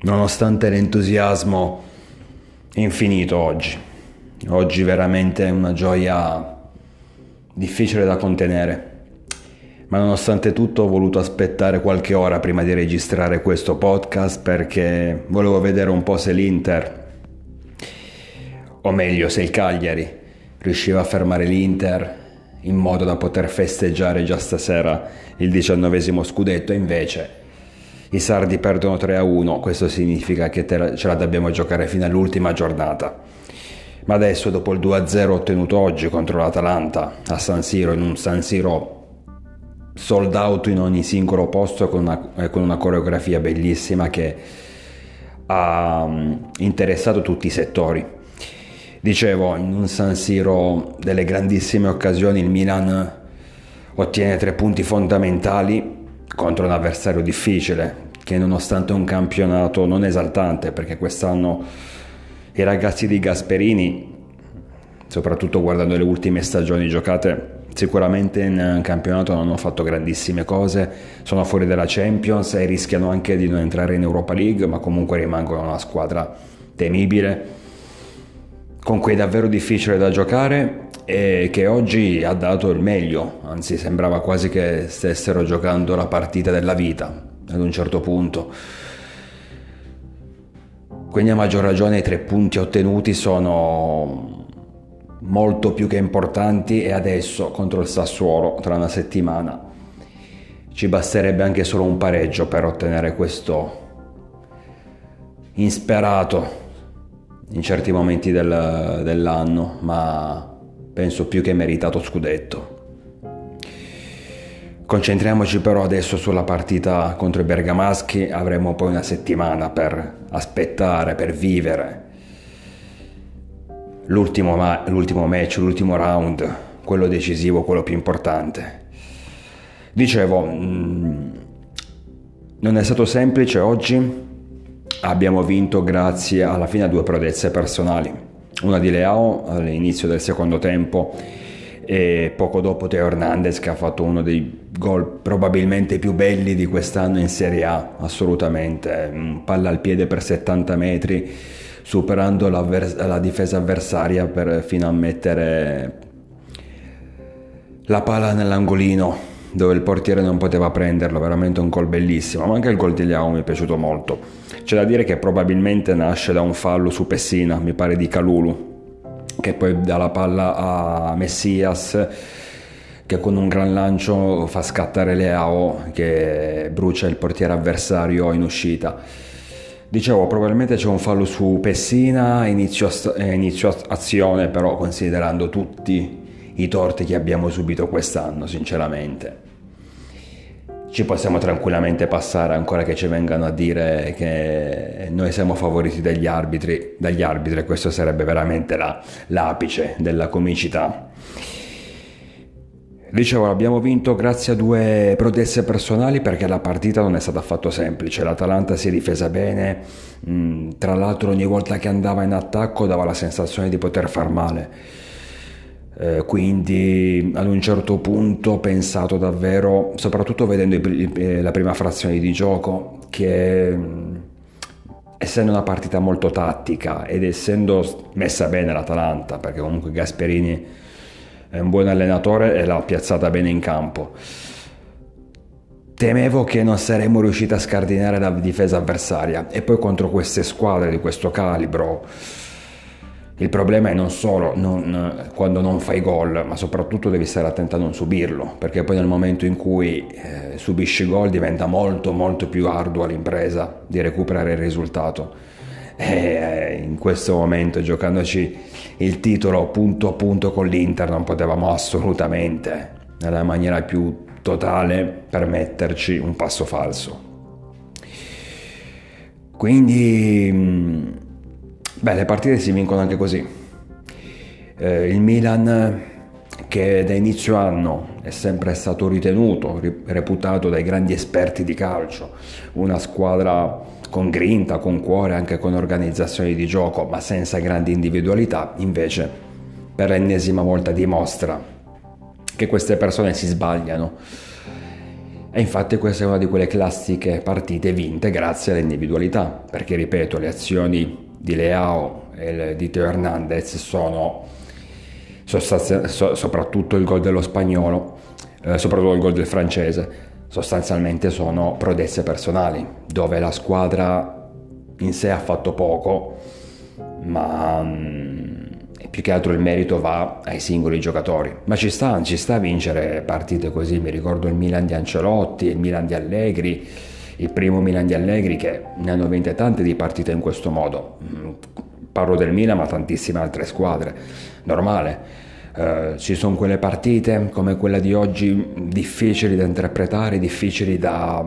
nonostante l'entusiasmo infinito oggi. Oggi veramente è una gioia difficile da contenere. Ma nonostante tutto ho voluto aspettare qualche ora prima di registrare questo podcast perché volevo vedere un po' se l'Inter, o meglio se il Cagliari, riusciva a fermare l'Inter in modo da poter festeggiare già stasera il 19° scudetto. Invece i sardi perdono 3-1, questo significa che ce la dobbiamo giocare fino all'ultima giornata. Ma adesso, dopo il 2-0 ottenuto oggi contro l'Atalanta a San Siro, in un San Siro sold out in ogni singolo posto, con una coreografia bellissima che ha interessato tutti i settori. Dicevo, in un San Siro delle grandissime occasioni, il Milan ottiene 3 punti fondamentali contro un avversario difficile, che nonostante un campionato non esaltante, perché quest'anno i ragazzi di Gasperini, soprattutto guardando le ultime stagioni giocate, sicuramente in campionato non hanno fatto grandissime cose, sono fuori dalla Champions e rischiano anche di non entrare in Europa League, ma comunque rimangono una squadra temibile, con cui è davvero difficile da giocare e che oggi ha dato il meglio, anzi sembrava quasi che stessero giocando la partita della vita ad un certo punto. Quindi a maggior ragione i 3 punti ottenuti sono molto più che importanti, e adesso contro il Sassuolo tra una settimana ci basterebbe anche solo un pareggio per ottenere questo insperato in certi momenti dell'anno, ma penso più che meritato scudetto. Concentriamoci però adesso sulla partita contro i bergamaschi. Avremo poi una settimana per aspettare, per vivere l'ultimo match, l'ultimo round, quello decisivo, quello più importante. Dicevo, non è stato semplice oggi. Abbiamo vinto grazie alla fine a 2 prodezze personali, una di Leao all'inizio del secondo tempo e poco dopo Teo Hernandez, che ha fatto uno dei gol probabilmente più belli di quest'anno in Serie A, assolutamente, palla al piede per 70 metri, superando la difesa avversaria fino a mettere la palla nell'angolino dove il portiere non poteva prenderlo. Veramente un gol bellissimo. Ma anche il gol di Leao mi è piaciuto molto. C'è da dire che probabilmente nasce da un fallo su Pessina, mi pare di Kalulu, che poi dà la palla a Messias, che con un gran lancio fa scattare Leao, che brucia il portiere avversario in uscita. Dicevo, probabilmente c'è un fallo su Pessina, inizio azione, però considerando tutti i torti che abbiamo subito quest'anno, sinceramente ci possiamo tranquillamente passare, ancora che ci vengano a dire che noi siamo favoriti dagli arbitri, e questo sarebbe veramente l'apice della comicità. Dicevo, abbiamo vinto grazie a 2 prodezze personali, perché la partita non è stata affatto semplice. L'Atalanta si è difesa bene, tra l'altro ogni volta che andava in attacco dava la sensazione di poter far male. Quindi ad un certo punto ho pensato davvero, soprattutto vedendo la prima frazione di gioco, che essendo una partita molto tattica ed essendo messa bene l'Atalanta, perché comunque Gasperini è un buon allenatore e l'ha piazzata bene in campo, temevo che non saremmo riusciti a scardinare la difesa avversaria. E poi contro queste squadre di questo calibro il problema è non solo quando non fai gol, ma soprattutto devi stare attento a non subirlo, perché poi nel momento in cui subisci gol diventa molto molto più ardua l'impresa di recuperare il risultato. E in questo momento, giocandoci il titolo punto a punto con l'Inter, non potevamo assolutamente, nella maniera più totale, permetterci un passo falso. Quindi le partite si vincono anche così. Il Milan, che da inizio anno è sempre stato ritenuto, reputato dai grandi esperti di calcio, una squadra con grinta, con cuore, anche con organizzazioni di gioco, ma senza grandi individualità, invece per l'ennesima volta dimostra che queste persone si sbagliano E infatti questa è una di quelle classiche partite vinte grazie all'individualità, perché ripeto, le azioni di Leao e di Teo Hernandez sono soprattutto il gol dello spagnolo, soprattutto il gol del francese, sostanzialmente sono prodezze personali, dove la squadra in sé ha fatto poco, ma più che altro il merito va ai singoli giocatori. Ma ci sta a vincere partite così. Mi ricordo il Milan di Ancelotti, il Milan di Allegri, il primo Milan di Allegri, che ne hanno vinte tante di partite in questo modo. Parlo del Milan, ma tantissime altre squadre. Normale. Ci sono quelle partite come quella di oggi difficili da interpretare, difficili da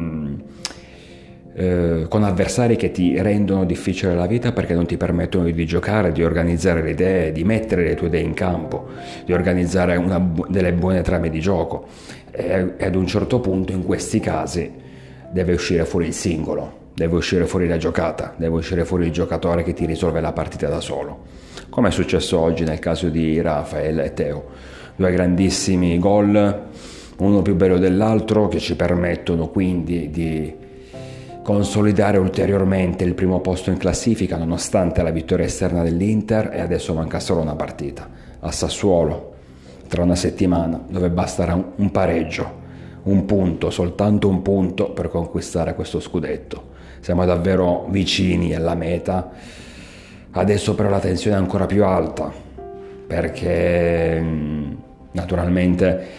con avversari che ti rendono difficile la vita perché non ti permettono di giocare, di organizzare le idee, di mettere le tue idee in campo, di organizzare delle buone trame di gioco, e ad un certo punto in questi casi deve uscire fuori il singolo, deve uscire fuori la giocata, deve uscire fuori il giocatore che ti risolve la partita da solo, come è successo oggi nel caso di Rafael e Teo. Due grandissimi gol, uno più bello dell'altro, che ci permettono quindi di consolidare ulteriormente il primo posto in classifica nonostante la vittoria esterna dell'Inter, e adesso manca solo una partita a Sassuolo tra una settimana, dove basterà un pareggio, un punto, soltanto un punto per conquistare questo scudetto. Siamo davvero vicini alla meta. Adesso però la tensione è ancora più alta, perché naturalmente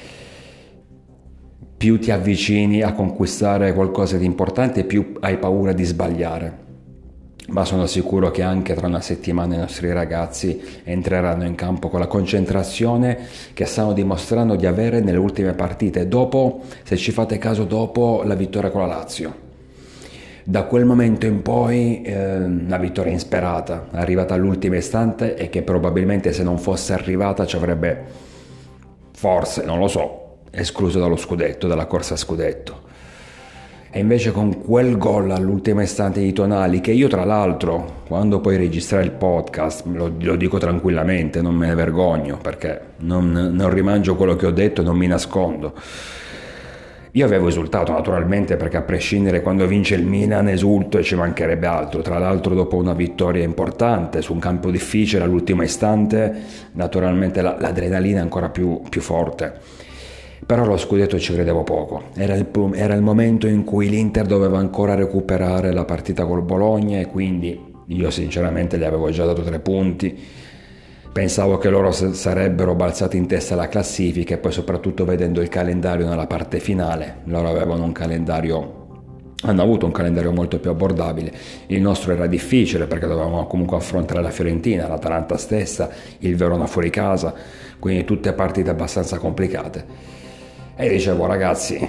più ti avvicini a conquistare qualcosa di importante, più hai paura di sbagliare. Ma sono sicuro che anche tra una settimana i nostri ragazzi entreranno in campo con la concentrazione che stanno dimostrando di avere nelle ultime partite, dopo, se ci fate caso, dopo la vittoria con la Lazio. Da quel momento in poi una vittoria insperata, arrivata all'ultimo istante, e che probabilmente se non fosse arrivata ci avrebbe, forse, non lo so, escluso dallo scudetto, dalla corsa a scudetto. E invece con quel gol all'ultimo istante di Tonali, che io tra l'altro quando poi registrare il podcast lo dico tranquillamente, non me ne vergogno, perché non rimangio quello che ho detto, non mi nascondo. Io avevo esultato naturalmente, perché a prescindere, quando vince il Milan esulto e ci mancherebbe altro. Tra l'altro dopo una vittoria importante su un campo difficile all'ultimo istante, naturalmente l'adrenalina è ancora più forte. Però allo scudetto ci credevo poco, era il momento in cui l'Inter doveva ancora recuperare la partita col Bologna, e quindi io sinceramente gli avevo già dato 3 punti, pensavo che loro sarebbero balzati in testa alla classifica, e poi soprattutto vedendo il calendario nella parte finale, loro hanno avuto un calendario molto più abbordabile. Il nostro era difficile perché dovevamo comunque affrontare la Fiorentina, l'Atalanta stessa, il Verona fuori casa, quindi tutte partite abbastanza complicate. E dicevo, ragazzi,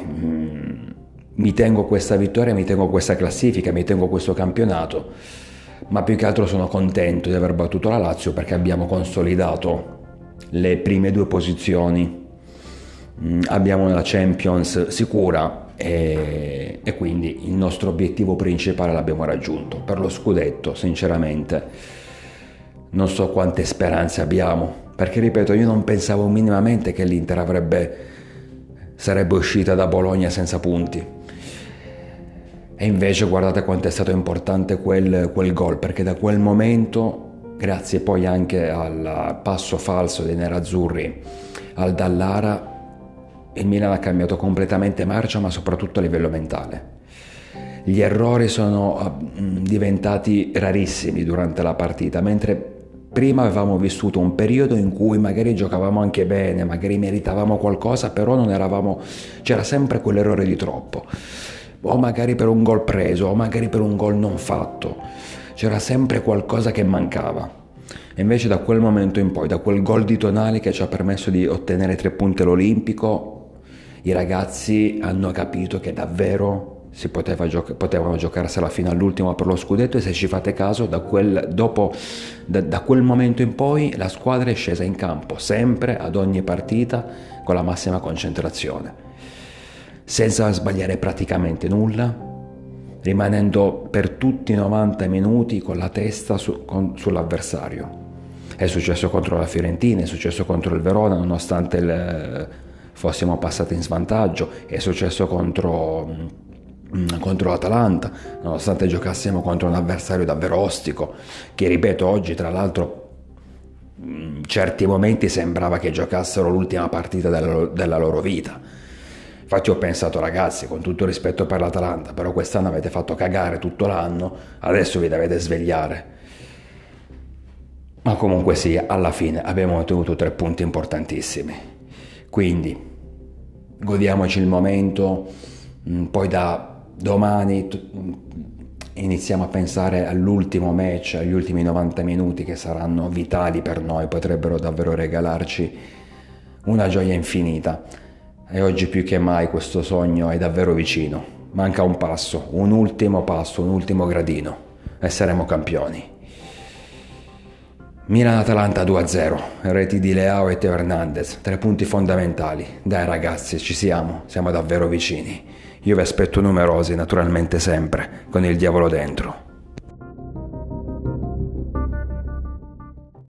mi tengo questa vittoria, mi tengo questa classifica, mi tengo questo campionato, ma più che altro sono contento di aver battuto la Lazio, perché abbiamo consolidato le prime 2 posizioni, abbiamo la Champions sicura, e quindi il nostro obiettivo principale l'abbiamo raggiunto. Per lo scudetto sinceramente non so quante speranze abbiamo, perché ripeto, io non pensavo minimamente che l'Inter sarebbe uscita da Bologna senza punti, e invece guardate quanto è stato importante quel gol, perché da quel momento, grazie poi anche al passo falso dei nerazzurri al Dallara, il Milan ha cambiato completamente marcia, ma soprattutto a livello mentale. Gli errori sono diventati rarissimi durante la partita, mentre prima avevamo vissuto un periodo in cui magari giocavamo anche bene, magari meritavamo qualcosa, però c'era sempre quell'errore di troppo, o magari per un gol preso, o magari per un gol non fatto, c'era sempre qualcosa che mancava. E invece da quel momento in poi, da quel gol di Tonali che ci ha permesso di ottenere 3 punti all'Olimpico, i ragazzi hanno capito che davvero potevano giocarsela fino all'ultimo per lo scudetto, e se ci fate caso da quel momento in poi la squadra è scesa in campo sempre, ad ogni partita, con la massima concentrazione, senza sbagliare praticamente nulla, rimanendo per tutti i 90 minuti con la testa sull'avversario. È successo contro la Fiorentina, è successo contro il Verona, nonostante il fossimo passati in svantaggio. È successo contro l'Atalanta, nonostante giocassimo contro un avversario davvero ostico, che ripeto oggi tra l'altro in certi momenti sembrava che giocassero l'ultima partita della loro vita. Infatti ho pensato, ragazzi, con tutto il rispetto per l'Atalanta, però quest'anno avete fatto cagare tutto l'anno, adesso vi dovete svegliare. Ma comunque sì, alla fine abbiamo ottenuto 3 punti importantissimi, quindi godiamoci il momento. Poi da domani iniziamo a pensare all'ultimo match, agli ultimi 90 minuti che saranno vitali per noi, potrebbero davvero regalarci una gioia infinita. E oggi più che mai questo sogno è davvero vicino. Manca un passo, un ultimo gradino e saremo campioni. Milan-Atalanta 2-0, reti di Leao e Teo Hernandez, 3 punti fondamentali. Dai ragazzi, ci siamo davvero vicini. Io vi aspetto numerosi, naturalmente sempre, con il diavolo dentro.